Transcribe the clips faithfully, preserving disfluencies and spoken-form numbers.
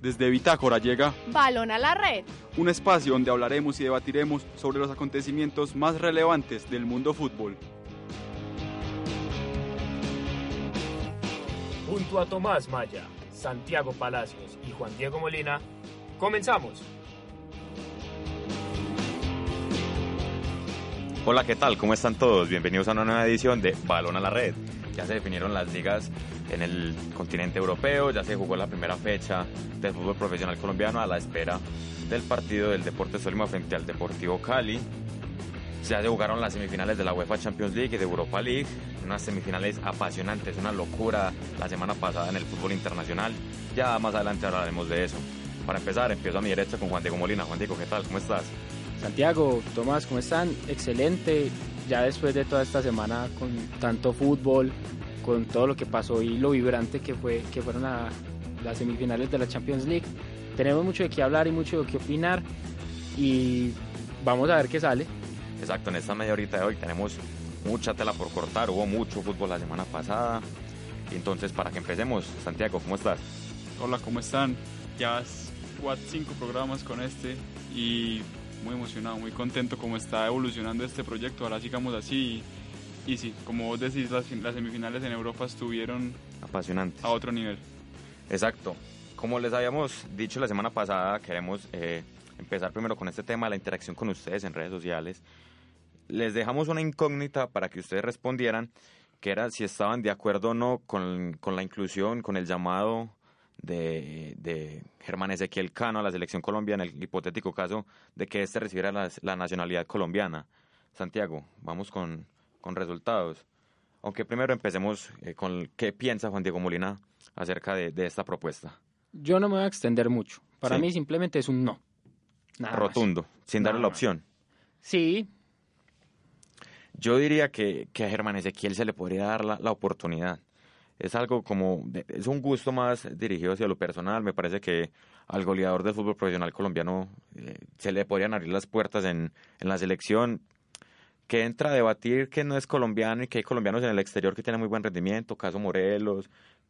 Desde Bitácora llega Balón a la Red, un espacio donde hablaremos y debatiremos sobre los acontecimientos más relevantes del mundo fútbol. Junto a Tomás Maya, Santiago Palacios y Juan Diego Molina, comenzamos. Hola, ¿qué tal? ¿Cómo están todos? Bienvenidos a una nueva edición de Balón a la Red. Ya se definieron las ligas en el continente europeo, ya se jugó la primera fecha del fútbol profesional colombiano a la espera del partido del Deportes Tolima frente al Deportivo Cali. Ya se jugaron las semifinales de la UEFA Champions League y de Europa League, unas semifinales apasionantes, una locura la semana pasada en el fútbol internacional. Ya más adelante hablaremos de eso. Para empezar, empiezo a mi derecha con Juan Diego Molina. Juan Diego, ¿qué tal? ¿Cómo estás? Santiago, Tomás, ¿cómo están? Excelente, ya después de toda esta semana con tanto fútbol, con todo lo que pasó y lo vibrante que fue que fueron a las semifinales de la Champions League. Tenemos mucho de qué hablar y mucho de qué opinar y vamos a ver qué sale. Exacto, en esta media horita de hoy tenemos mucha tela por cortar, hubo mucho fútbol la semana pasada. Entonces, para que empecemos, Santiago, ¿cómo estás? Hola, ¿cómo están? Ya cuatro, cinco programas con este y muy emocionado, muy contento como está evolucionando este proyecto. Ahora sigamos así y, y sí, como vos decís, las, las semifinales en Europa estuvieron apasionantes, a otro nivel. Exacto, como les habíamos dicho la semana pasada, queremos eh, empezar primero con este tema de la interacción con ustedes en redes sociales. Les dejamos una incógnita para que ustedes respondieran, que era si estaban de acuerdo o no con, con la inclusión, con el llamado de, de Germán Ezequiel Cano a la selección colombiana, en el hipotético caso de que éste recibiera la, la nacionalidad colombiana. Santiago, vamos con, con resultados. Aunque primero empecemos eh, con qué piensa Juan Diego Molina acerca de, de esta propuesta. Yo no me voy a extender mucho. Para sí. mí simplemente es un no. Nada rotundo, más. sin darle Nada la opción. Sí. Yo diría que, que a Germán Ezequiel se le podría dar la, la oportunidad. Es algo como, de, es un gusto más dirigido hacia lo personal. Me parece que al goleador del fútbol profesional colombiano eh, se le podrían abrir las puertas en, en la selección. Que entra a debatir que no es colombiano y que hay colombianos en el exterior que tienen muy buen rendimiento, caso Morelos,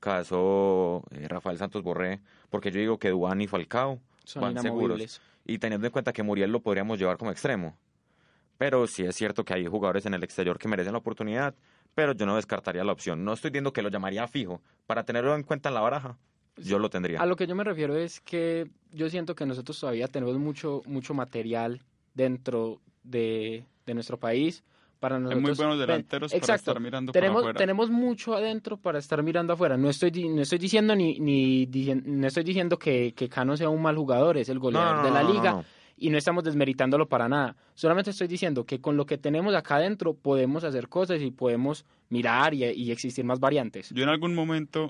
caso eh, Rafael Santos Borré, porque yo digo que Duván y Falcao son van seguros. Y teniendo en cuenta que Muriel lo podríamos llevar como extremo. Pero sí es cierto que hay jugadores en el exterior que merecen la oportunidad, pero yo no descartaría la opción. No estoy diciendo que lo llamaría fijo. Para tenerlo en cuenta en la baraja, yo lo tendría. A lo que yo me refiero es que yo siento que nosotros todavía tenemos mucho, mucho material dentro de, de nuestro país. Para nosotros, hay muy buenos delanteros exacto, para estar mirando tenemos, para afuera. Tenemos mucho adentro para estar mirando afuera. No estoy, no estoy diciendo ni, ni no estoy diciendo que, que Cano sea un mal jugador, es el goleador no, no, de la no, liga. No, no. Y no estamos desmeritándolo para nada. Solamente estoy diciendo que con lo que tenemos acá adentro podemos hacer cosas y podemos mirar y, y existir más variantes. Yo en algún momento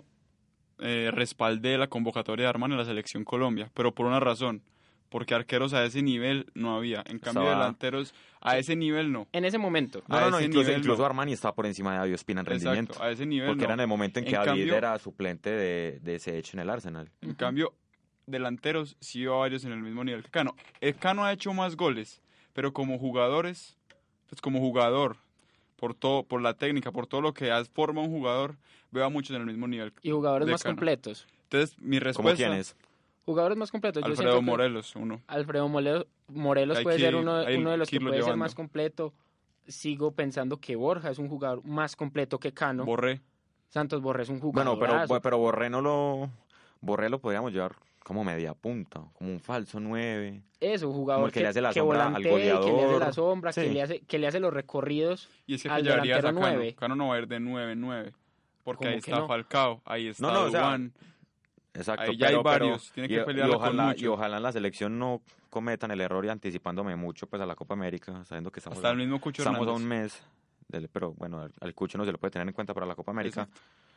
eh, respaldé la convocatoria de Armani en la selección Colombia, pero por una razón. Porque arqueros a ese nivel no había. En cambio, Estaba... delanteros a ese nivel no. En ese momento. No, no, no, incluso, nivel, incluso no. Armani estaba por encima de David Ospina en Exacto, rendimiento. a ese nivel Porque no. era en el momento en que en David cambio, era suplente de, de ese hecho en el Arsenal. En uh-huh. cambio, delanteros sí iba varios en el mismo nivel que Cano. El Cano ha hecho más goles, pero como jugadores, pues como jugador, por todo, por la técnica, por todo lo que forma un jugador, veo a muchos en el mismo nivel. Y jugadores más Cano. completos. Entonces, mi respuesta... ¿Cómo quiénes? Jugadores más completos. Alfredo Yo Morelos, uno. Alfredo Morelos, Morelos puede que, ser uno, uno de los que que puede llevando. ser más completo. Sigo pensando que Borja es un jugador más completo que Cano. Borré. Santos Borré es un jugador. Bueno, pero, pero Borré no lo... Borré lo podríamos llevar como media punta, como un falso nueve. Eso, un jugador como el que, que, le hace la que sombra volantee, al goleador. que le hace la sombra, sí. que, le hace, que le hace los recorridos y es que al llevarías a Cano. nueve. Cano no va a ir de nueve nueve. Porque ahí está no? Falcao, ahí está no, no, Duván. O sea, exacto, ahí ya pero, hay varios, pero, tiene que y, pelearla y ojalá, con mucho. Y ojalá en la selección no cometan el error y anticipándome mucho pues a la Copa América, sabiendo que estamos, Hasta a, el mismo Cucho estamos a Hernández. un mes, del, pero bueno, al, al Cucho no se lo puede tener en cuenta para la Copa América,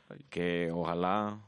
que ojalá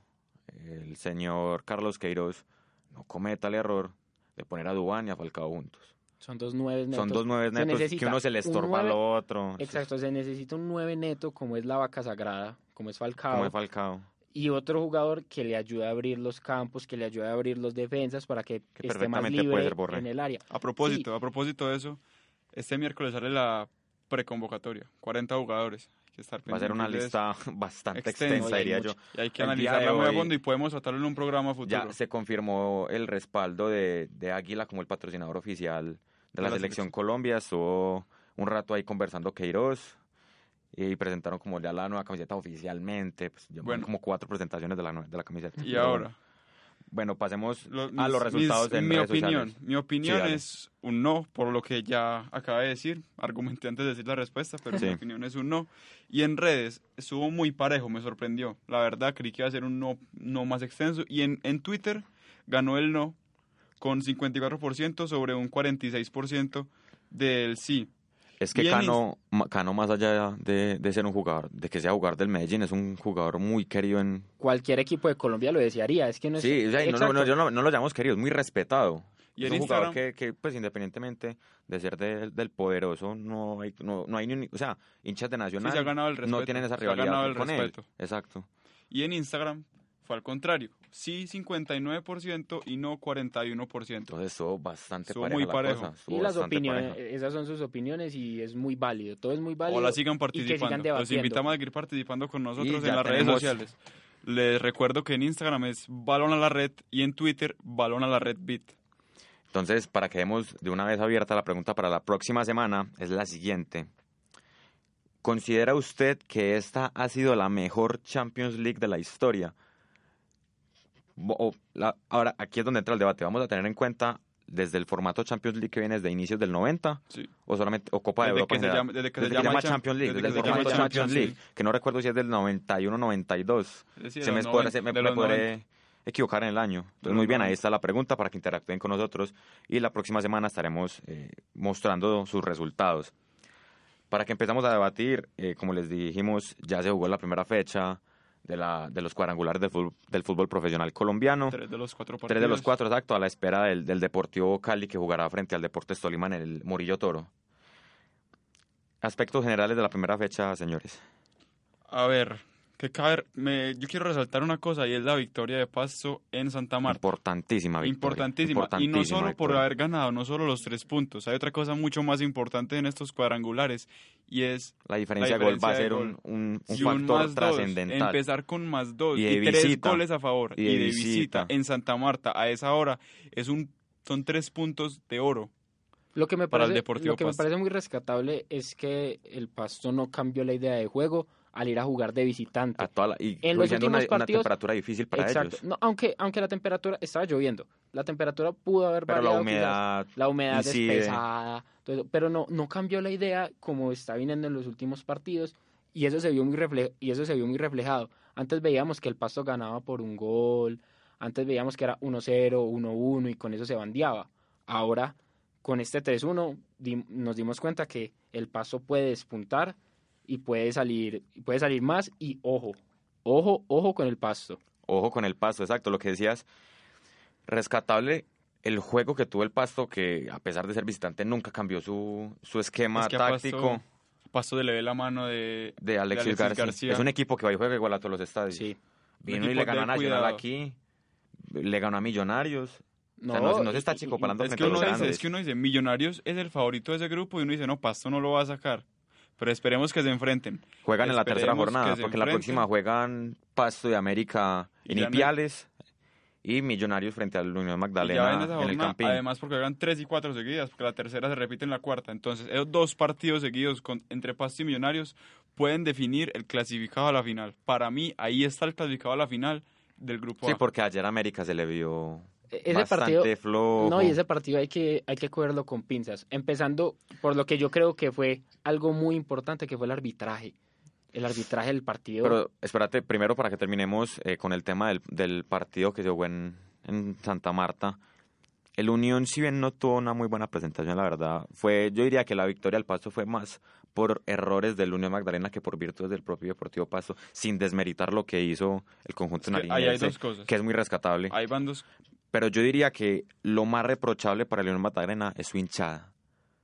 el señor Carlos Queiroz no cometa el error de poner a Duván y a Falcao juntos. Son dos nueve netos. Son dos nueve netos que uno se le estorba al otro. Exacto, se necesita un nueve neto como es la vaca sagrada, como es Falcao. Como es Falcao. Y otro jugador que le ayude a abrir los campos, que le ayude a abrir los defensas para que, que esté más libre en el área. A propósito, sí. a propósito de eso, este miércoles sale la preconvocatoria, cuarenta jugadores. Hay estar Va a ser una pendientes de eso. lista bastante Extensa, extensa, diría mucho. yo. Y hay que El día analizarla de muy a hoy fondo y podemos tratarlo en un programa futuro. Ya se confirmó el respaldo de, de Águila como el patrocinador oficial de la, la selección selección. Colombia. Estuvo un rato ahí conversando Queiroz y presentaron como ya la nueva camiseta oficialmente. Pues, llevan Bueno. como cuatro presentaciones de la, nue- de la camiseta. Y Pero ahora, Bueno, bueno, pasemos lo- a mis- los resultados mis- en mi redes opinión, sociales. mi opinión Sí, dale. es un no, por lo que ya acabé de decir. Argumenté antes de decir la respuesta, pero Sí. mi opinión es un no. Y en redes estuvo muy parejo, me sorprendió. La verdad, creí que iba a ser un no, no más extenso. Y en, en Twitter ganó el no con cincuenta y cuatro por ciento sobre un cuarenta y seis por ciento del sí. Es que Y en Cano, ma- Cano, más allá de, de ser un jugador, de que sea jugador del Medellín, es un jugador muy querido en... Cualquier equipo de Colombia lo desearía, es que no es... Sí, o sea, y no, no, no, yo no, no lo llamamos querido, es muy respetado. Y es en un jugador Instagram- que, que, pues, independientemente de ser de- del poderoso, no hay, no, no hay ni un... O sea, hinchas de Sí, Nacional se ha ganado el respeto. no tienen esa se ha ganado rivalidad el con él. respeto. Exacto. Y en Instagram fue al contrario. Sí, cincuenta y nueve por ciento y no cuarenta y uno por ciento. Entonces estuvo bastante Estuvo pareja muy la parejo. cosa, estuvo Y las bastante opiniones, pareja. esas son sus opiniones y es muy válido, todo es muy válido. Ojalá sigan y que participando. sigan Los debatiendo. invitamos a seguir participando con nosotros Y en ya las redes tenemos- sociales. Les recuerdo que en Instagram es Balón a la Red y en Twitter Balón a la Red Beat. Entonces, para que demos de una vez abierta la pregunta para la próxima semana, es la siguiente. ¿Considera usted que esta ha sido la mejor Champions League de la historia? Bo- o la- ahora, aquí es donde entra el debate. Vamos a tener en cuenta desde el formato Champions League que viene desde inicios del noventa Sí. o solamente o Copa de Desde Europa que en se general. llama- desde que se Desde que se llama llama Champ- Champions League, desde desde, que el se llama formato Champions Champions League, League. que no recuerdo si es del noventa y uno noventa y dos. Es decir, Se de me, los podrá- noven- se me- de me los podré noventa. equivocar en el año. De Entonces, los muy bien, ahí noventa. está la pregunta para que interactúen con nosotros y la próxima semana estaremos eh, mostrando sus resultados. Para que empezamos a debatir, eh, como les dijimos, ya se jugó la primera fecha de, la, de los cuadrangulares del fútbol, del fútbol profesional colombiano. Tres de los cuatro partidos. Tres de los cuatro, exacto, a la espera del, del Deportivo Cali que jugará frente al Deportes Tolima en el Murillo Toro. Aspectos generales de la primera fecha, señores. A ver, que cabe- me, yo quiero resaltar una cosa y es la victoria de Pasto en Santa Marta. Importantísima victoria. Importantísima. Y no importantísima solo por victoria. haber ganado, no solo los tres puntos. Hay otra cosa mucho más importante en estos cuadrangulares y es La diferencia, la de gol va a diferencia ser de un, un, un y un factor más dos, trascendental. empezar con más dos Y y, de tres visita. goles a favor Y y de de, visita. visita en Santa Marta a esa hora es un son tres puntos de oro. Lo que me para el parece, Deportivo lo que me Pasto. parece muy rescatable es que el Pasto no cambió la idea de juego al ir a jugar de visitante. A toda la- y En los siendo últimos una, una partidos- temperatura difícil para Exacto. ellos. No, aunque, aunque la temperatura estaba lloviendo, la temperatura pudo haber Pero la variado quizás. humedad, La humedad incide. es pesada, todo eso, pero no, no cambió la idea como está viniendo en los últimos partidos y eso se vio muy refle- y eso se vio muy reflejado. Antes veíamos que el Pasto ganaba por un gol, antes veíamos que era uno cero, uno uno y con eso se bandeaba. Ahora, con este tres uno di- nos dimos cuenta que el Pasto puede despuntar y puede salir, puede salir más y ojo, ojo, ojo con el Pasto. Ojo con el Pasto, exacto, lo que decías. Rescatable el juego que tuvo el Pasto, que a pesar de ser visitante nunca cambió su, su esquema Es que a táctico Pasto- Pasto le ve la mano de, de Alexis, Alexis García. García. Es un equipo que va y juega igual a todos los estadios. Sí. Vino Un y le equipo ganó a de Nacional cuidado. aquí, le ganó a Millonarios. No, O sea, no, no se está y- y- chicopalando Es frente que, a los uno dice, grandes. es que uno dice, Millonarios es el favorito de ese grupo y uno dice, no, Pasto no lo va a sacar. Pero esperemos que se enfrenten. Juegan en la tercera Esperemos jornada, que se porque la enfrenten. próxima juegan Pasto de América Y en ya no- Ipiales y Millonarios frente al Unión Y Magdalena ya en esa en el jornada, Campín. además porque hagan tres y cuatro seguidas, porque la tercera se repite en la cuarta. Entonces, esos dos partidos seguidos con, entre Pasto y Millonarios pueden definir el clasificado a la final. Para mí, ahí está el clasificado a la final del grupo Sí, A. porque ayer América se le vio ese bastante partido, flojo. no, y ese partido hay que, hay que cogerlo con pinzas. Empezando por lo que yo creo que fue algo muy importante, que fue el arbitraje. El arbitraje del partido. Pero espérate, primero para que terminemos eh, con el tema del, del partido que se jugó en, en Santa Marta. El Unión, si bien no tuvo una muy buena presentación, la verdad, fue, yo diría que la victoria del Pasto fue más por errores del Unión Magdalena que por virtudes del propio Deportivo Pasto, sin desmeritar lo que hizo el conjunto Es que ahí hay nariñense, dos cosas. que es muy rescatable. Hay bandos. Pero yo diría que lo más reprochable para el Unión Magdalena es su hinchada.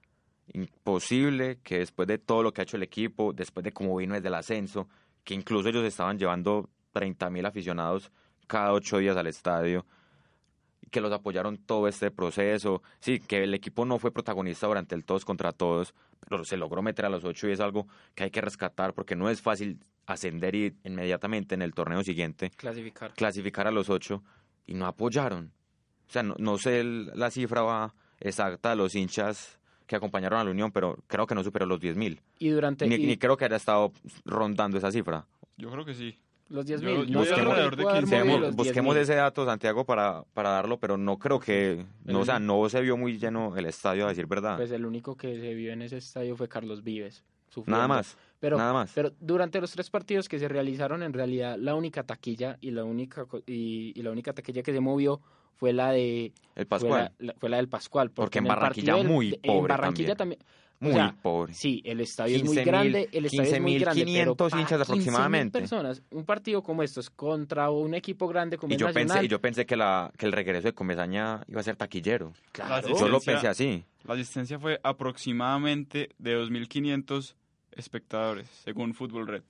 Imposible que después de todo lo que ha hecho el equipo, después de cómo vino desde el ascenso, que incluso ellos estaban llevando treinta mil aficionados cada ocho días al estadio, que los apoyaron todo este proceso. Sí, que el equipo no fue protagonista durante el todos contra todos, pero se logró meter a los ocho y es algo que hay que rescatar porque no es fácil ascender y inmediatamente en el torneo siguiente Clasificar. clasificar a los ocho y no apoyaron. O sea, no, no sé el- la cifra va exacta de los hinchas que acompañaron a la Unión, pero creo que no superó los diez mil. Y durante Ni, y ni creo que haya estado rondando esa cifra. Yo creo que sí. los diez yo- mil. yo No voy sé cómo alrededor le de pudo haber quince. movido Busquemos, los busquemos diez mil. ese dato, Santiago, para, para darlo, pero no creo que... No, o sea, no se vio muy lleno el estadio, a decir verdad. Pues el único que se vio en ese estadio fue Carlos Vives. sufriendo. Nada más, Pero, nada más. pero durante los tres partidos que se realizaron, en realidad la única taquilla y la única co- y, y la única taquilla que se movió fue la de El fue Pascual, la, la- fue la del Pascual. Porque en el Barranquilla partido del- muy de- pobre En Barranquilla también. muy o sea, pobre. Sí, el estadio es muy quince mil, grande, el estadio es muy grande, pero quinientos para hinchas quince mil aproximadamente. personas, un partido como estos contra un equipo grande como Y el yo Nacional. pensé, y yo pensé que, la, que el regreso de Comesaña iba a ser taquillero. Claro. Sí, Yo lo asistencia- pensé así. La asistencia fue aproximadamente de dos mil quinientos espectadores, según Fútbol Red.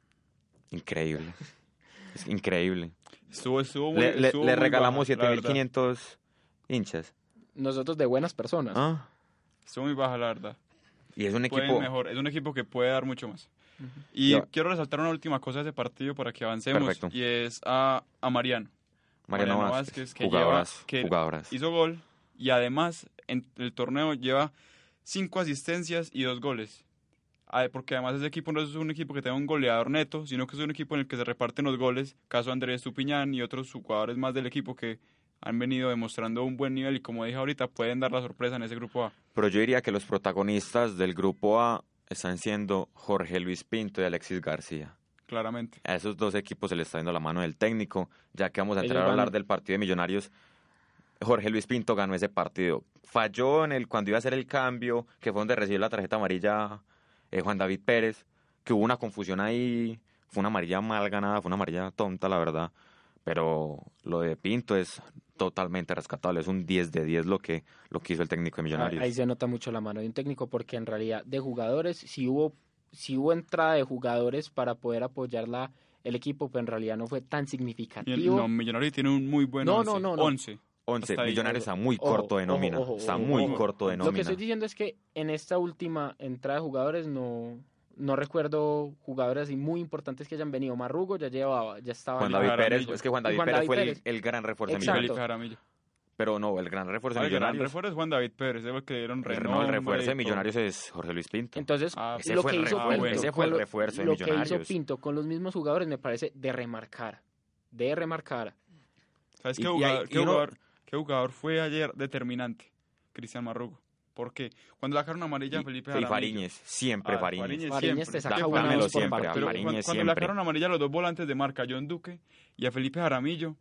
Increíble. Es increíble. Estuvo, estuvo muy, Le, le- estuvo le muy regalamos baja, siete la mil verdad. quinientos hinchas. Nosotros de buenas personas. Ah, Estuvo muy baja, la verdad. y es un Pueden equipo... mejor, es un equipo que puede dar mucho más. Y Yo- quiero resaltar una última cosa de ese partido para que avancemos. Perfecto. Y es a, a Mariano. Mariano, Mariano Vázquez, Vázquez, que jugadoras, lleva- que jugadoras. Hizo gol y además en el torneo lleva cinco asistencias y dos goles. Ah, Porque además ese equipo no es un equipo que tenga un goleador neto, sino que es un equipo en el que se reparten los goles. Caso Andrés Tupiñán y otros jugadores más del equipo que han venido demostrando un buen nivel y como dije ahorita pueden dar la sorpresa en ese grupo A. Pero yo diría que los protagonistas del grupo A están siendo Jorge Luis Pinto y Alexis García. Claramente. A esos dos equipos se les está yendo la mano del técnico, ya que vamos a Ellos entrar a van- hablar del partido de Millonarios. Jorge Luis Pinto ganó ese partido. Falló en el cuando iba a hacer el cambio, que fue donde recibió la tarjeta amarilla eh, Juan David Pérez, que hubo una confusión ahí, fue una amarilla mal ganada, fue una amarilla tonta, la verdad. Pero lo de Pinto es totalmente rescatable, es un diez de diez lo que, lo que hizo el técnico de Millonarios. Ahí se nota mucho la mano de un técnico porque en realidad de jugadores, si hubo, si hubo entrada de jugadores para poder apoyar la, el equipo, pero en realidad no fue tan Y el, significativo. no, Millonarios tiene un muy buen No, once. no, no, no. once. once, hasta ahí. Millonarios está muy Ojo, corto de ojo, nómina, ojo, está ojo, muy ojo. corto de Lo que nómina. estoy diciendo es que en esta última entrada de jugadores no, no recuerdo jugadores así muy importantes que hayan venido. Marrugo ya llevaba, ya estaba. Juan en- David Jaramillo. Pérez, es que Juan Y David Juan Pérez David fue el- Pérez. El, gran refuerzo de Exacto. Millonarios. Felipe Jaramillo. Pero no, el gran refuerzo de Ah, el gran Millonarios. refuerzo es Juan David Pérez, es el que dieron el, renombre. no, el refuerzo de y todo. Millonarios es Jorge Luis Pinto. Entonces, Ah, ese lo fue que el hizo refuerzo, Pinto, ese fue el con lo- refuerzo de lo que hizo Millonarios. Pinto con los mismos jugadores me parece de remarcar. De remarcar. ¿Sabes Y- qué y jugador, hay- qué y uno- jugador- qué jugador fue ayer determinante? Cristian Marrugo. ¿Por qué? Cuando sacaron amarilla a Y, Felipe y Jaramillo. Fariñez, siempre Ah, Fariñez. Fariñez Fariñez siempre. te saca Dá- una dámelo voz por siempre. partido. Pero Fariñez cuando, cuando siempre. le sacaron amarilla a los dos volantes de marca, a John Duque y a Felipe Jaramillo,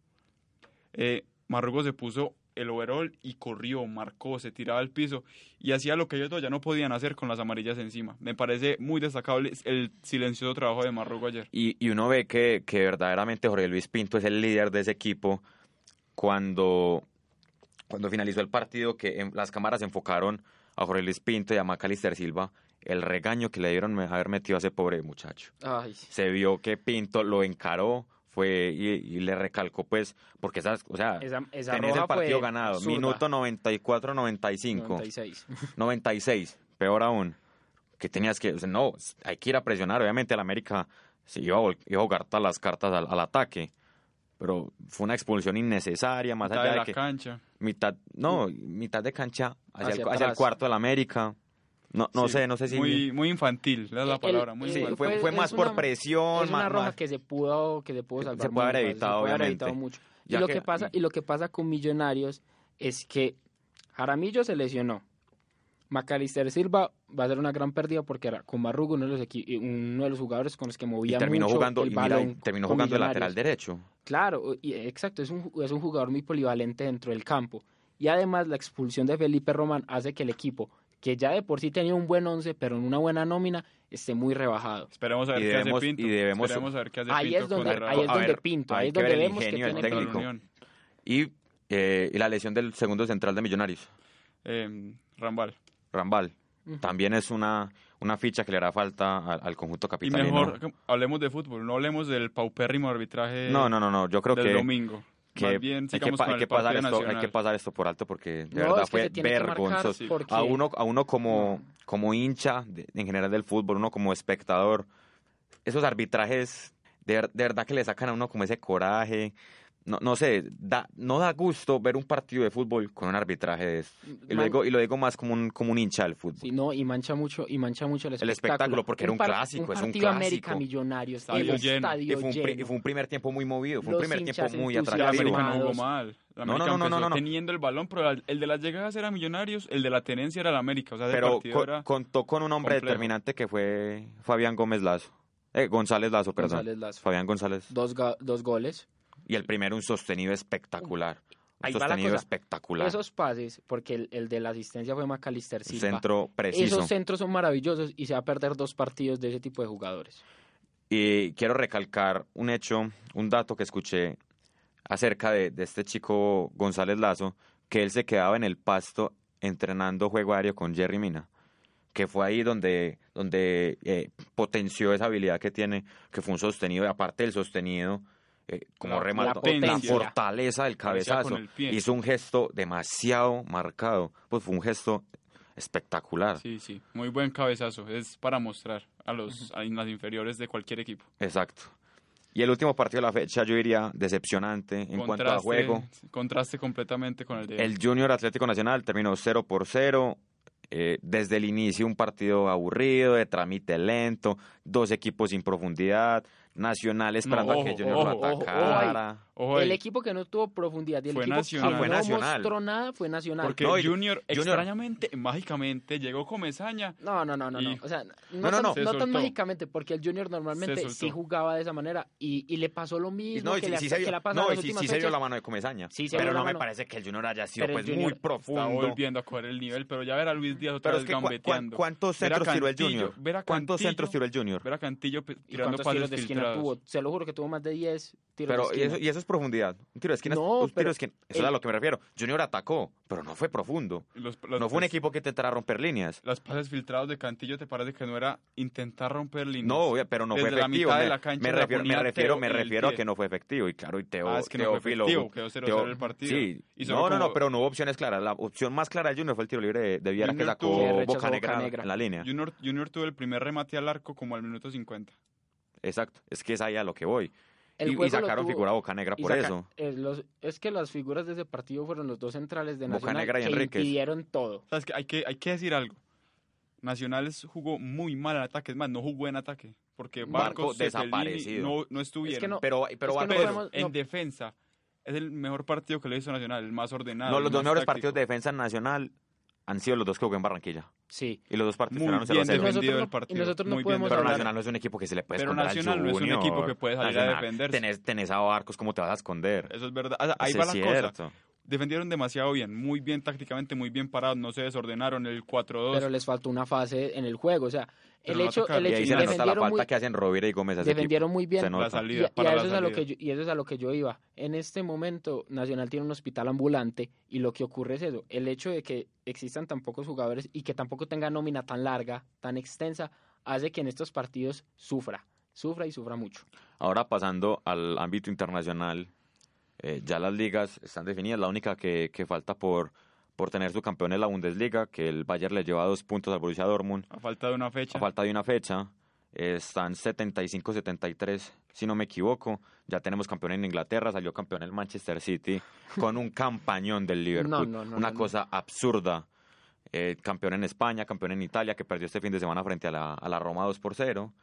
eh, Marrugo se puso el overall y corrió, marcó, se tiraba al piso y hacía lo que ellos dos ya no podían hacer con las amarillas encima. Me parece muy destacable el silencioso trabajo de Marrugo ayer. Y, y uno ve que, que verdaderamente Jorge Luis Pinto es el líder de ese equipo cuando, cuando finalizó el partido, que en- las cámaras enfocaron a Jorge Luis Pinto y a Macalister Silva, el regaño que le dieron me- haber metido a ese pobre muchacho. Ay, Se vio que Pinto lo encaró, fue y, y le recalcó, pues, porque esas, o sea, esa, esa tenés roja el partido fue ganado, zurda. minuto noventa y cuatro noventa y cinco, noventa y seis. noventa y seis, peor aún, que tenías que, o sea, no, hay que ir a presionar, obviamente el América se iba a, vol- iba a jugar todas las cartas al, al ataque, pero fue una expulsión innecesaria, más Mitad allá de de, la que cancha. mitad, no, mitad de cancha hacia, Hacia el, hacia el atrás. cuarto del América, no, no Sí, sé, no sé si... Muy, muy infantil, esa es la El- palabra, muy el- sí, infantil. fue, fue- fue es más por una- presión, Es una más- roja más- que se pudo que se pudo Se salvar puede haber muy fácil, evitado, se puede haber obviamente. evitado mucho. Y Ya lo que- que pasa y lo que pasa con Millonarios es que Jaramillo se lesionó. Macalister Silva va a ser una gran pérdida porque era con Marrugo uno de los equi- uno de los jugadores con los que y movía terminó mucho jugando, el y mira, balón y terminó con jugando de Millonarios. lateral derecho. Claro, y, exacto, es un, es un jugador muy polivalente dentro del campo. Y además la expulsión de Felipe Román hace que el equipo, que ya de por sí tenía un buen once, pero en una buena nómina, esté muy rebajado. Esperemos a ver Y qué debemos- hace Pinto. y debemos- Esperemos a ver qué hace Ahí Pinto es donde, contra- ahí es A donde ver, Pinto, hay ahí es que donde ver el vemos que ingenio del tiene contra la técnico. Unión. Y, eh, y la lesión del segundo central de Millonarios, Eh, Rambal. Rambal. Ujú. También es una, una ficha que le hará falta al, al conjunto Y capitalino. mejor que- hablemos de fútbol, no hablemos del paupérrimo arbitraje No, no, no, no, yo creo del que domingo. que Más bien, hay, que, sigamos pa- con hay el que pasar partido esto, hay nacional. que pasar esto por alto porque de No, verdad es que fue se tiene que marcar vergonzoso. sí. porque A uno, a uno como, como hincha de- en general del fútbol, uno como espectador, esos arbitrajes de, ver- de verdad que le sacan a uno como ese coraje. No, no sé, da, no da gusto ver un partido de fútbol con un arbitraje de eso. Y lo Man- digo, y lo digo más como un, como un hincha del fútbol. Sí, no, y mancha mucho, y mancha mucho el El espectáculo. espectáculo, porque era un par- clásico, es un partido América clásico. Millonarios, Estadio el lleno. estadio Y fue, un pri- lleno. y fue un primer tiempo muy movido, fue un Los primer hinchas tiempo muy La entusiasmados. atractivo. América no jugó Llamados. mal. La No, no, América no, no, empezó no, no. teniendo el balón, pero el el de las llegadas era Millonarios, el de la tenencia era la América. O sea, ese Pero partido co- era... contó con un hombre complejo. determinante que fue Fabián Gómez Lazo. Eh, González Lazo, perdón. González Lazo. Fabián González. Dos, ga- dos goles. Y el primero un sostenido espectacular. Un Ahí va la sostenido cosa. espectacular. Esos pases, porque el, el de la asistencia fue Macalister Silva. Centro preciso. Esos centros son maravillosos y se va a perder dos partidos de ese tipo de jugadores. Y quiero recalcar un hecho, un dato que escuché acerca de, de este chico González Lazo, que él se quedaba en el pasto entrenando juego aéreo con Jerry Mina, que fue ahí donde, donde eh, potenció esa habilidad que tiene, que fue un sostenido, y aparte del sostenido, eh, como La- remató, la la, potencia. fortaleza del Aparecía con cabezazo, el pie. hizo un gesto demasiado marcado, pues fue un gesto espectacular. Sí, sí, muy buen cabezazo. Es para mostrar a los a las inferiores de cualquier equipo. Exacto. Y el último partido de la fecha yo diría decepcionante en cuanto a juego. Contraste completamente con el de... El Junior Atlético Nacional terminó cero por cero. Eh, desde el inicio un partido aburrido, de trámite lento, dos equipos sin profundidad, Nacional esperando No, a que ojo, Junior lo ojo, ojo, atacara. Ojo ahí, El equipo que no tuvo profundidad y el Fue equipo Nacional. que Ah, fue no Nacional. mostró nada fue Nacional. porque No, y- Junior, Junior- extrañamente, mágicamente, llegó Comesaña. No, no, no, no, no. Y- O sea, no, No, no, tan, no. Se no tan soltó. mágicamente, porque el Junior normalmente Se soltó. sí jugaba de esa manera y, y le pasó lo Y mismo no, y que, sí, le, sí que se le vio, ha pasado no, en y las sí, últimas sí se vio fechas. la mano de Comesaña. Sí se pero vio la no me mano. parece que el Junior haya sido Pero el pues, Junior muy Está profundo. volviendo a coger el nivel, pero ya ver a Luis Díaz otra Pero es vez que, ¿cu- cu- gambeteando. ¿cuántos Ver a centros tiró el Cantillo, Junior? ver a ¿Cuántos Cantillo, centros tiró el Junior? Ver a Cantillo pe- ¿Y tirando cuántos pases tiros de esquina filtrados. tuvo? Se lo juro que tuvo más de diez tiros Pero, de y esquina. eso, y eso es profundidad. Un tiro de esquina, es- No, un tiro pero de esquina. Eso es el- a lo que me refiero. Junior atacó, pero no fue profundo. Y los- los- No fue un los- equipo que intentara romper líneas. Los pases filtrados de Cantillo, ¿te parece que no era intentar romper líneas? No, obvio, pero no fue Desde la efectivo. mitad Me, de la cancha me la refiero, me ponía refiero, Teo me en el refiero a pie. que no fue efectivo. Y claro, y Teo, Ah, es que no fue Teófilo- efectivo, quedó cero cero Teo- el partido. Sí, Y solo no, no, no, como- pero no hubo opciones claras. La opción más clara del Junior fue el tiro libre de, de Viera que Junior sacó tuvo- Que rechazó Bocanegra Bocanegra. en la línea. Junior, Junior tuvo el primer remate al arco como al minuto cincuenta. Exacto, es que es ahí a lo que voy. El Y, y juego lo sacaron tuvo- figura Bocanegra y por saca- eso. eh, los- es que las figuras de ese partido fueron los dos centrales de Nacional Bocanegra y que Enríquez. impidieron todo. ¿Sabes qué? Hay que, hay que decir algo. Nacionales jugó muy mal en ataque, es más, no jugó en ataque. Porque Barco Barcos, Cepelini desaparecido. no, no estuvieron. Es que no- Pero, pero, es que no pero- podemos- en no- defensa, es el mejor partido que le hizo Nacional, el más ordenado. no, el los dos más mejores táctico. partidos de defensa nacional han sido los dos que jugó en Barranquilla. Sí. Y los dos partidos Muy terminaron bien cero a cero. defendido nosotros el no- partido. y nosotros no muy bien podemos Pero defendido. hablar- Nacional no es un equipo que se le puede Pero esconder Nacional al no es un Junior. equipo que puede salir a Nacional, defenderse. Tenés, tenés a Barcos, ¿cómo te vas a esconder? Eso es verdad. O sea, ahí Eso va es la cierto. cosa. Defendieron demasiado bien, muy bien tácticamente, muy bien parados, no se desordenaron el cuatro dos. Pero les faltó una fase en el juego. O sea, Pero el no hecho, atacaron. el Y hecho ahí se le nota la defendieron falta muy, que hacen Rovira y Gómez a ese defendieron equipo. muy bien. Se nota. La salida. Y, y para a la eso es a lo salida. que yo, y eso es a lo que yo iba. En este momento, Nacional tiene un hospital ambulante y lo que ocurre es eso. El hecho de que existan tan pocos jugadores y que tampoco tenga nómina tan larga, tan extensa, hace que en estos partidos sufra. Sufra y sufra mucho. Ahora pasando al ámbito internacional, eh, ya las ligas están definidas. La única que, que falta por, por tener su campeón es la Bundesliga, que el Bayern le lleva dos puntos al Borussia Dortmund. A falta de una fecha. A falta de una fecha, eh, están setenta y cinco setenta y tres, si no me equivoco. Ya tenemos campeón en Inglaterra, salió campeón el Manchester City con un campañón del Liverpool. No, no, no, una no, cosa absurda. Eh, campeón en España, campeón en Italia, que perdió este fin de semana frente a la, a la Roma dos por cero.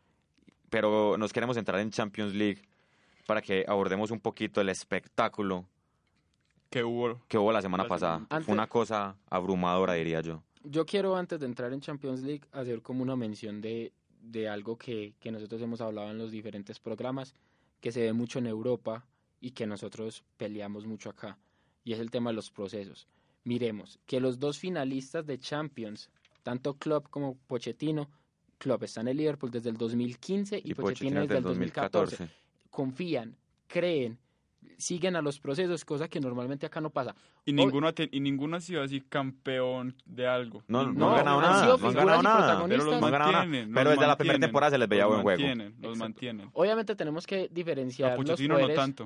Pero nos queremos entrar en Champions League para que abordemos un poquito el espectáculo Que hubo. que hubo la semana La pasada. semana- Antes- Fue una cosa abrumadora, diría yo. Yo quiero, antes de entrar en Champions League, hacer como una mención de, de algo que, que nosotros hemos hablado en los diferentes programas, que se ve mucho en Europa y que nosotros peleamos mucho acá, y es el tema de los procesos. Miremos, que los dos finalistas de Champions, tanto Klopp como Pochettino, Klopp está en el Liverpool desde el dos mil quince y, Y Pochettino desde el dos mil catorce. Confían, creen, siguen a los procesos, cosa que normalmente acá no pasa. Y Hoy- ninguno, ha te- y ninguno ha sido así campeón de algo. No, no, Ninguno. han ganado han nada, sido no han figuras ganado y nada. protagonistas. Pero los No han ganado nada. mantienen. Pero los desde la primera mantienen, temporada se les veía los buen juego. mantienen, Los Exacto. mantienen. Obviamente tenemos que A diferenciar los Pochettino no poderes. tanto.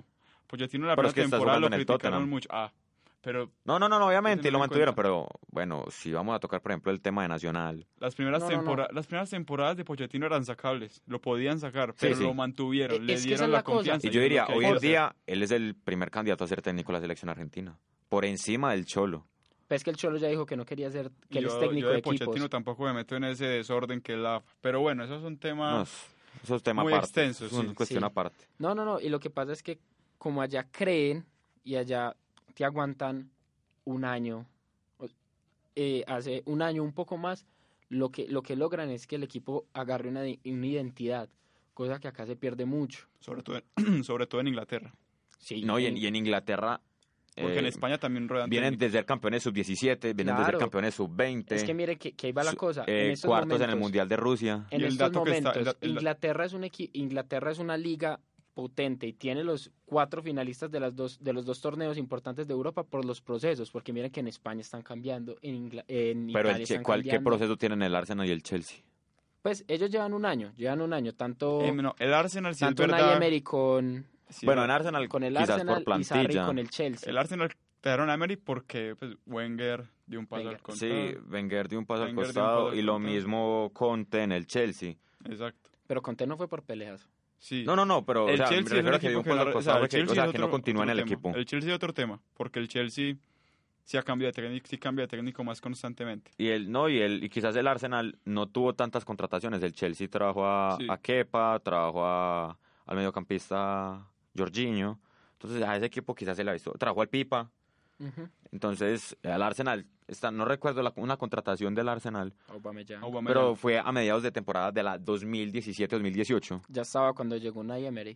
Pochettino en la Pero es primera que está temporada jugando lo en el criticaron Tottenham. mucho. Ah, pero No, no, no, no obviamente, y Eso no lo me mantuvieron, cuenta. pero bueno, si vamos a tocar, por ejemplo, el tema de Nacional. las primeras, No, no, no. tempora- las primeras temporadas de Pochettino eran sacables. Lo podían sacar, pero sí. lo mantuvieron. Eh, le es que esa dieron es la, la cosa. confianza. Y yo es lo diría, que hay hoy que en hacer. día, él es el primer candidato a ser técnico de la selección argentina. Por encima del Cholo. Pero es que el Cholo ya dijo que no quería ser, que él yo, es técnico yo de de equipos. Pochettino tampoco me meto en ese desorden que él la... Pero bueno, eso es un tema... No, es- eso es tema muy aparte. extenso, Es una sí. cuestión Sí. aparte. No, no, no. Y lo que pasa es que como allá creen y allá te aguantan un año, o- eh, hace un año, un poco más, lo que, lo que logran es que el equipo agarre una, di- una identidad, cosa que acá se pierde mucho. Sobre todo en, sobre todo en Inglaterra. Sí, No, y en, y en Inglaterra Porque en eh, España también ruedan vienen técnicos. de ser campeones sub diecisiete, vienen de ser Claro. campeones sub veinte. Es que mire que, que ahí va la su- cosa. eh, en estos cuartos en el momentos- Mundial de Rusia. En Y el estos dato que está- momentos, el da- el da- Inglaterra es un equi- Inglaterra es una liga potente y tiene los cuatro finalistas de las dos de los dos torneos importantes de Europa por los procesos, porque miren que en España están cambiando, en, Ingla- en Pero Italia el, Che- están ¿cuál, ¿qué cambiando. proceso tienen el Arsenal y el Chelsea? Pues ellos llevan un año, llevan un año, tanto Eh, no, el Arsenal sí es tanto Unai verdad. Emery con, sí, bueno, es en verdad. Arsenal con el quizás Arsenal por y Sarri plantilla. con el Chelsea. El Arsenal trajeron a Emery porque pues, Wenger dio un paso Wenger. al costado. Sí, Wenger dio un paso al Wenger dio un costado paso al y lo costado. mismo Conte en el Chelsea. Exacto. Pero Conte no fue por peleas. Sí. No, no, no, pero el o sea, Chelsea me es un refiero a que dio equipo un que, paso al la- o sea, costado, el que, Chelsea o sea, es que no otro- continúa en otro el tema. equipo. El Chelsea es otro tema, porque el Chelsea sí ha cambiado de técnico, sí cambia de técnico más constantemente. Y el, no, y el, y quizás el Arsenal no tuvo tantas contrataciones. El Chelsea trajo a, Sí. a Kepa, trajo a, al mediocampista Jorginho. Entonces a ese equipo quizás se le ha visto. Trajo al Pipa. Ujú. Entonces al Arsenal, está, no recuerdo la- una contratación del Arsenal, Aubameyang. Aubameyang. pero fue a mediados de temporada de la dos mil diecisiete dos mil dieciocho. Ya estaba cuando llegó Unai Emery.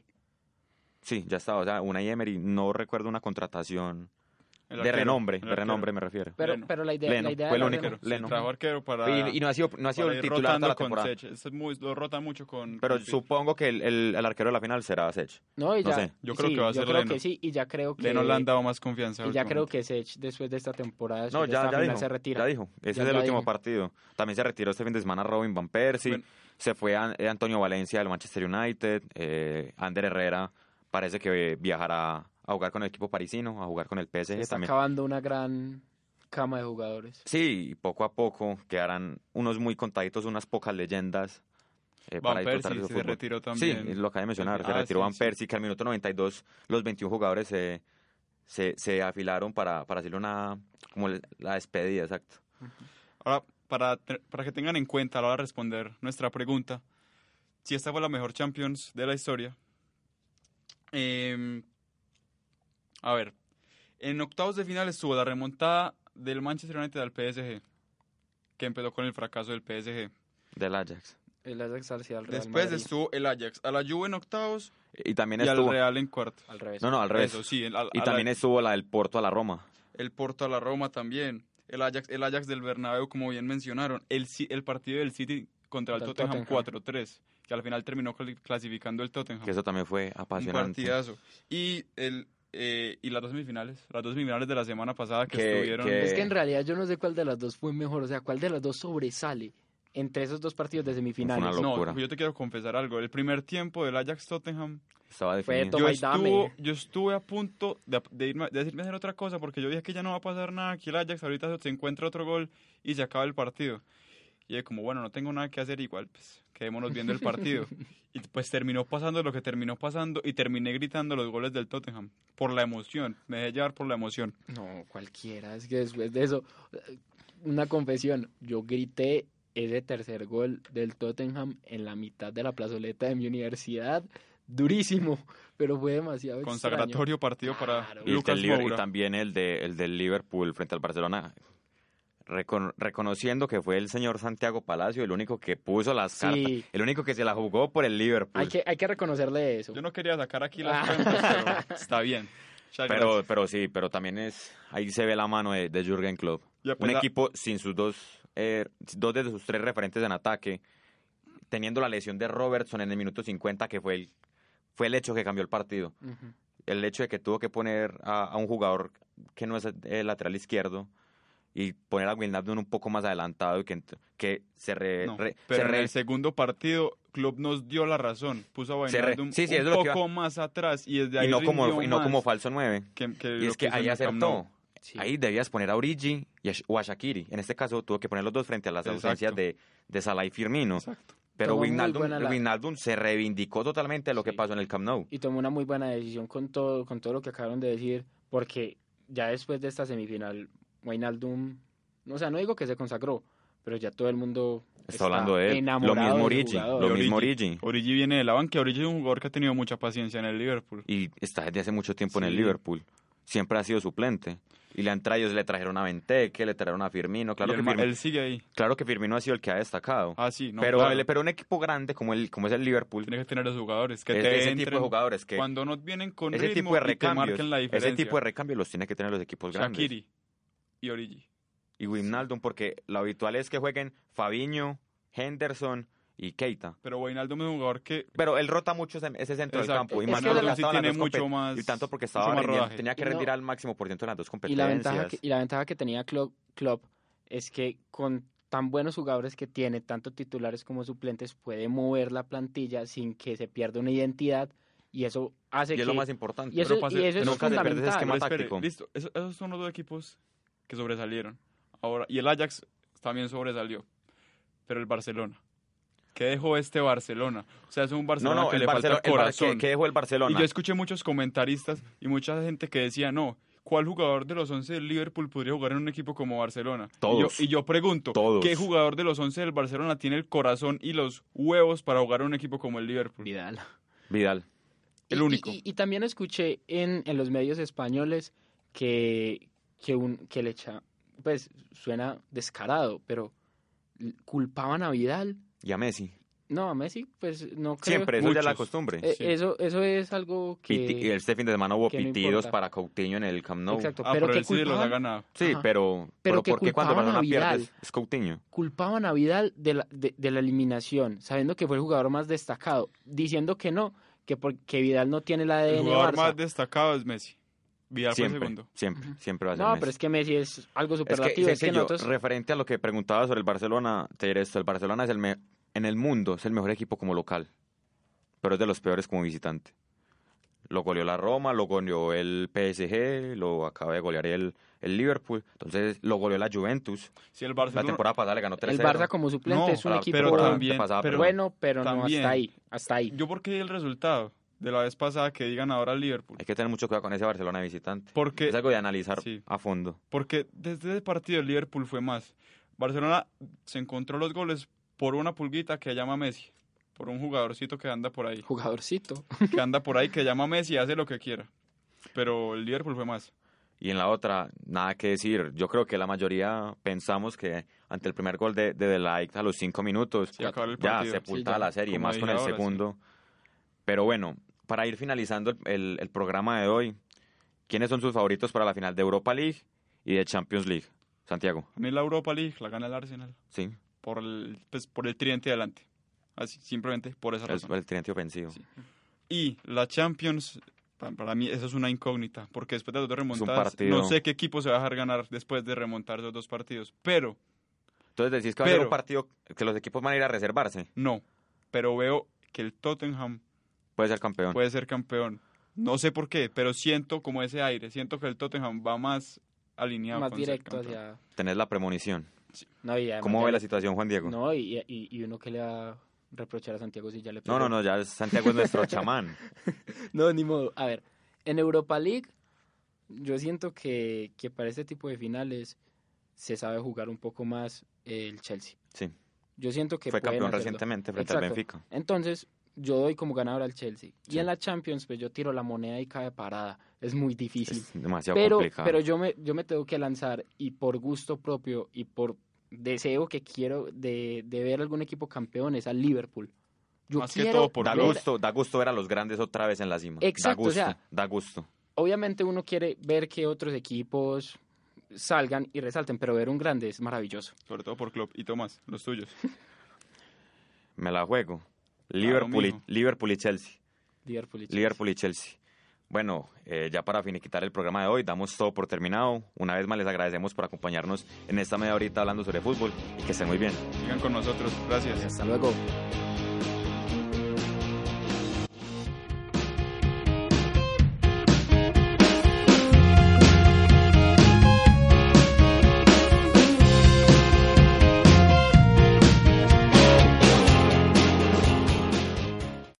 Sí, ya estaba. O sea, Unai Emery, no recuerdo una contratación El de arquero, renombre, el de arquero. renombre me refiero. Pero, Leno. pero la idea, Leno, la idea fue de el la único. reno- Sí, Leno. trajo arquero para... Y, y no ha sido, no ha sido para el ir titular toda la rotando con temporada. Sech. Es muy, lo rota mucho con... Pero con Pitt. supongo que el, el, el arquero de la final será Sech. No, y No ya, sé. Yo creo sí, que va a yo ser creo Leno. que sí, y ya creo que Leno le han dado más confianza. y ya creo últimamente. que Sech después de esta temporada, No, después de ya, esta ya final dijo. se retira. Ya dijo. Ese Ya- es el ya último dijo. partido. También se retiró este fin de semana Robin Van Persie. Bueno. Se fue a, eh, Antonio Valencia del Manchester United. Eh, Ander Herrera parece que viajará a jugar con el equipo parisino, a jugar con el P S Se G está también. acabando una gran cama de jugadores. Sí, y poco a poco quedarán unos muy contaditos, unas pocas leyendas. eh, Van para disfrutar Persie de su se fútbol. retiró Sí, también. lo acabé de mencionar. Se Ah, retiró sí, Van sí. Persie, que al minuto noventa y dos los veintiún jugadores se, se, se afilaron para, para hacerle una, como le- la despedida, exacto. Ahora, para, te- para que tengan en cuenta a la hora de responder nuestra pregunta, si esta fue la mejor Champions de la historia, eh, a ver, en octavos de final estuvo la remontada del Manchester United al P S G, que empezó con el fracaso del P S G. Del Ajax. El Ajax hacia el Real Después Madrid. estuvo el Ajax, a la Juve en octavos Y también y al estuvo... Real en cuartos. Al revés. No, no, al revés. Eso, sí, el- al- Y a también la- estuvo la del Porto a la Roma. el Porto a la Roma también. El Ajax, el Ajax del Bernabéu, como bien mencionaron. El, Ci- el partido del City contra el Contra el Tottenham, Tottenham. cuatro tres, que al final terminó cali- clasificando el Tottenham. Que eso también fue Un apasionante. partidazo. Y, el, eh, y las dos semifinales, las dos semifinales de la semana pasada que, Que- estuvieron... que- Es que en realidad yo no sé cuál de las dos fue mejor, o sea, cuál de las dos sobresale entre esos dos partidos de semifinales. Fue una locura. No, yo te quiero confesar algo. El primer tiempo del Ajax Tottenham, Estaba Fue definido. Toma yo, y dame. estuvo, yo estuve a punto de, de, irme, de decirme a hacer otra cosa porque yo dije que ya no va a pasar nada. Aquí el Ajax ahorita se encuentra otro gol y se acaba el partido. Y yo como, bueno, no tengo nada que hacer igual, pues quedémonos viendo el partido. Y pues terminó pasando lo que terminó pasando y terminé gritando los goles del Tottenham por la emoción. Me dejé llevar por la emoción. No, cualquiera, es que después de eso, eh, una confesión, yo grité ese tercer gol del Tottenham en la mitad de la plazoleta de mi universidad, durísimo, pero fue demasiado extraño. Consagratorio partido para Claro. Y, el Lucas del Liver- y Moura. también el, de, el del Liverpool frente al Barcelona. Recon- reconociendo que fue el señor Santiago Palacio el único que puso las Sí. cartas. El único que se la jugó por el Liverpool. Hay que, hay que reconocerle eso. Yo no quería sacar aquí las Ah. cuentas, pero está bien. Muchas Pero, gracias. pero sí, pero también es... Ahí se ve la mano de, de Jürgen Klopp. Y a Un pesar- equipo sin sus dos... eh, dos de sus tres referentes en ataque. Teniendo la lesión de Robertson en el minuto cincuenta, que fue el, fue el hecho que cambió el partido. Ujú. El hecho de que tuvo que poner a, a un jugador que no es el lateral izquierdo y poner a Wijnaldum un poco más adelantado y que, ent- que se, re- No, re- pero se en re- el segundo partido Klopp nos dio la razón, puso a Se re- Wijnaldum sí, sí, un eso es lo que poco iba- más atrás y desde ahí Y no, como, rindió y no más como falso nueve. que, que Y lo es que hizo ahí en el Camp Nou. acertó. Sí. Ahí debías poner a Origi y a, o a Shaqiri. En este caso tuvo que poner los dos frente a las Exacto. ausencias de, de Salah y Firmino. Exacto. Pero Tomó muy Wijnaldum, buena la- Wijnaldum se reivindicó totalmente de lo que Sí. pasó en el Camp Nou. Y tomó una muy buena decisión con todo, con todo lo que acabaron de decir, porque ya después de esta semifinal, Wijnaldum, o sea, no digo que se consagró, pero ya todo el mundo Está hablando de él. Lo enamorado mismo del Origi. jugador. Lo Y mismo Origi. Origi viene de la banca. Origi es un jugador que ha tenido mucha paciencia en el Liverpool. Y está desde hace mucho tiempo en el Sí. Liverpool. Siempre ha sido suplente. Y le han traído, le trajeron a Benteke, le trajeron a Firmino. Claro, Y que el ma- Firmino, él sigue ahí. claro que Firmino ha sido el que ha destacado. Ah, sí, no, pero, claro. el- pero un equipo grande como, el, como es el Liverpool, Tiene que tener los jugadores que es- te ese entren tipo de jugadores que cuando no vienen con ese ritmo tipo de y te recambios, marquen la diferencia. ese tipo de recambios los tiene que tener los equipos grandes. Shaqiri y Origi. Y Wijnaldum, porque lo habitual es que jueguen Fabinho, Henderson y Keita. Pero Wijnaldum es un jugador que Pero él rota mucho ese, ese centro del Exacto. campo. Y Es más que cuando Wijnaldum sí estaba en tiene las dos mucho compet- más- Y tanto porque mucho estaba más rindiendo, rodaje. tenía que Y no- rendir al máximo por ciento en las dos Y la competencias. ventaja que, y la ventaja que tenía Klopp, Klopp es que con tan buenos jugadores que tiene, tanto titulares como suplentes, puede mover la plantilla sin que se pierda una identidad y eso hace Y que... es lo más importante. y eso, Pero pase- y eso es nunca se pierde ese fundamental. esquema Pero espere, táctico. listo, eso- esos son los dos equipos que sobresalieron. Ahora, y el Ajax también sobresalió. Pero el Barcelona. ¿Qué dejó este Barcelona? O sea, es un No, Barcelona no, que el le Barcelona, falta el Bar- corazón. ¿qué, qué dejó el Barcelona? Y yo escuché muchos comentaristas y mucha gente que decía, no, ¿cuál jugador de los once del Liverpool podría jugar en un equipo como Barcelona? Todos. Y yo, y yo pregunto, Todos. ¿qué jugador de los once del Barcelona tiene el corazón y los huevos para jugar en un equipo como el Liverpool? Vidal. Vidal. El Y- único. Y, y- y también escuché en, en los medios españoles que, que, un, que le echa, pues suena descarado, pero l- culpaban a Vidal. Y a Messi. No, a Messi, pues no creo. Siempre, eso ya es la Muchos. costumbre. Eh, sí. eso, eso es algo que... Piti- y este fin de semana hubo que no pitidos importa. para Coutinho en el Camp Nou. Exacto, Ah, pero pero que él sí los ha culpaban, Sí, ganado. pero, Ajá. pero, Pero que ¿por qué cuando culpaban a Barcelona pierde Vidal. es- es Coutinho? culpaban a Vidal de la, de, de la eliminación, sabiendo que fue el jugador más destacado, diciendo que no, que porque Vidal no tiene la El A D N jugador Barça. más destacado es Messi. Vidal fue Siempre, segundo. siempre, siempre va a ser No, Messi. pero es que Messi es algo Es que, superlativo. Es que, sencillo, nosotros... referente a lo que preguntaba sobre el Barcelona, te diré esto, el Barcelona es el me- en el mundo es el mejor equipo como local, pero es de los peores como visitante. Lo goleó la Roma, lo goleó el P S G, lo acaba de golear el, el Liverpool, entonces lo goleó la Juventus. Si el La Barcelona... temporada pasada le ganó tres El cero. Barça como suplente No, es un la equipo pero temporada también- pasada, pero- perdón. bueno, pero también. no hasta ahí, hasta ahí. Yo porque di el resultado de la vez pasada que digan ahora el Liverpool. Hay que tener mucho cuidado con ese Barcelona de visitante. Porque, Es algo de analizar sí. a fondo. porque desde ese partido el Liverpool fue más. Barcelona se encontró los goles por una pulguita que llama Messi. Por un jugadorcito que anda por ahí. Jugadorcito. Que anda por ahí, que llama Messi y hace lo que quiera. Pero el Liverpool fue más. Y en la otra, nada que decir. Yo creo que la mayoría pensamos que ante el primer gol de, de The Light a los cinco minutos, Sí, acabar el ya partido. sepultada Sí, ya. la serie, Como más con dije el ahora, segundo. Pero bueno, para ir finalizando el, el- el programa de hoy, ¿quiénes son sus favoritos para la final de Europa League y de Champions League? Santiago, A mí la Europa League la gana el Arsenal. sí, Por el, pues, por el tridente de adelante. Así, simplemente por esa el, razón. el tridente ofensivo. Sí. Y la Champions, pa- para mí eso es una incógnita, porque después de las dos remontadas, partido. no sé qué equipo se va a dejar ganar después de remontar esos dos partidos. Pero, Entonces decís que va a ser Pero- un partido que los equipos van a ir a reservarse. no. Pero veo que el Tottenham Puede ser campeón. puede ser campeón. No sé por qué, pero siento como ese aire. Siento que el Tottenham va más alineado Más con ser directo campeón. hacia... Tenés la premonición. No, y además ¿Cómo ya ve le- la situación, Juan Diego? No, y, y, y uno que le va a reprochar a Santiago si ya le No, no, no, ya es- Santiago es nuestro chamán. No, ni modo. A ver, en Europa League, yo siento que, que para este tipo de finales se sabe jugar un poco más el Chelsea. Sí, Yo siento que fue pueden campeón hacerlo. recientemente frente Exacto. al Benfica. Entonces, yo doy como ganador al Chelsea. Sí. Y en la Champions, pues yo tiro la moneda y cae parada. Es muy difícil. Es demasiado pero complicado. pero yo me yo me tengo que lanzar y por gusto propio y por deseo que quiero de, de ver algún equipo campeón es al Liverpool. Yo Más que quiero todo por da ver- gusto, da gusto ver a los grandes otra vez en la cima. Exacto, da o sea, gusto, da gusto. obviamente uno quiere ver que otros equipos salgan y resalten, pero ver un grande es maravilloso. Sobre todo por Klopp. Y Tomás, los tuyos. Me la juego. Liverpool, y, mijo. Liverpool y Chelsea. Liverpool y Chelsea. Liverpool y Chelsea. Bueno, eh, ya para finiquitar el programa de hoy, damos todo por terminado. Una vez más les agradecemos por acompañarnos en esta media horita hablando sobre fútbol y que estén muy bien. Sigan con nosotros. Gracias. Hasta luego.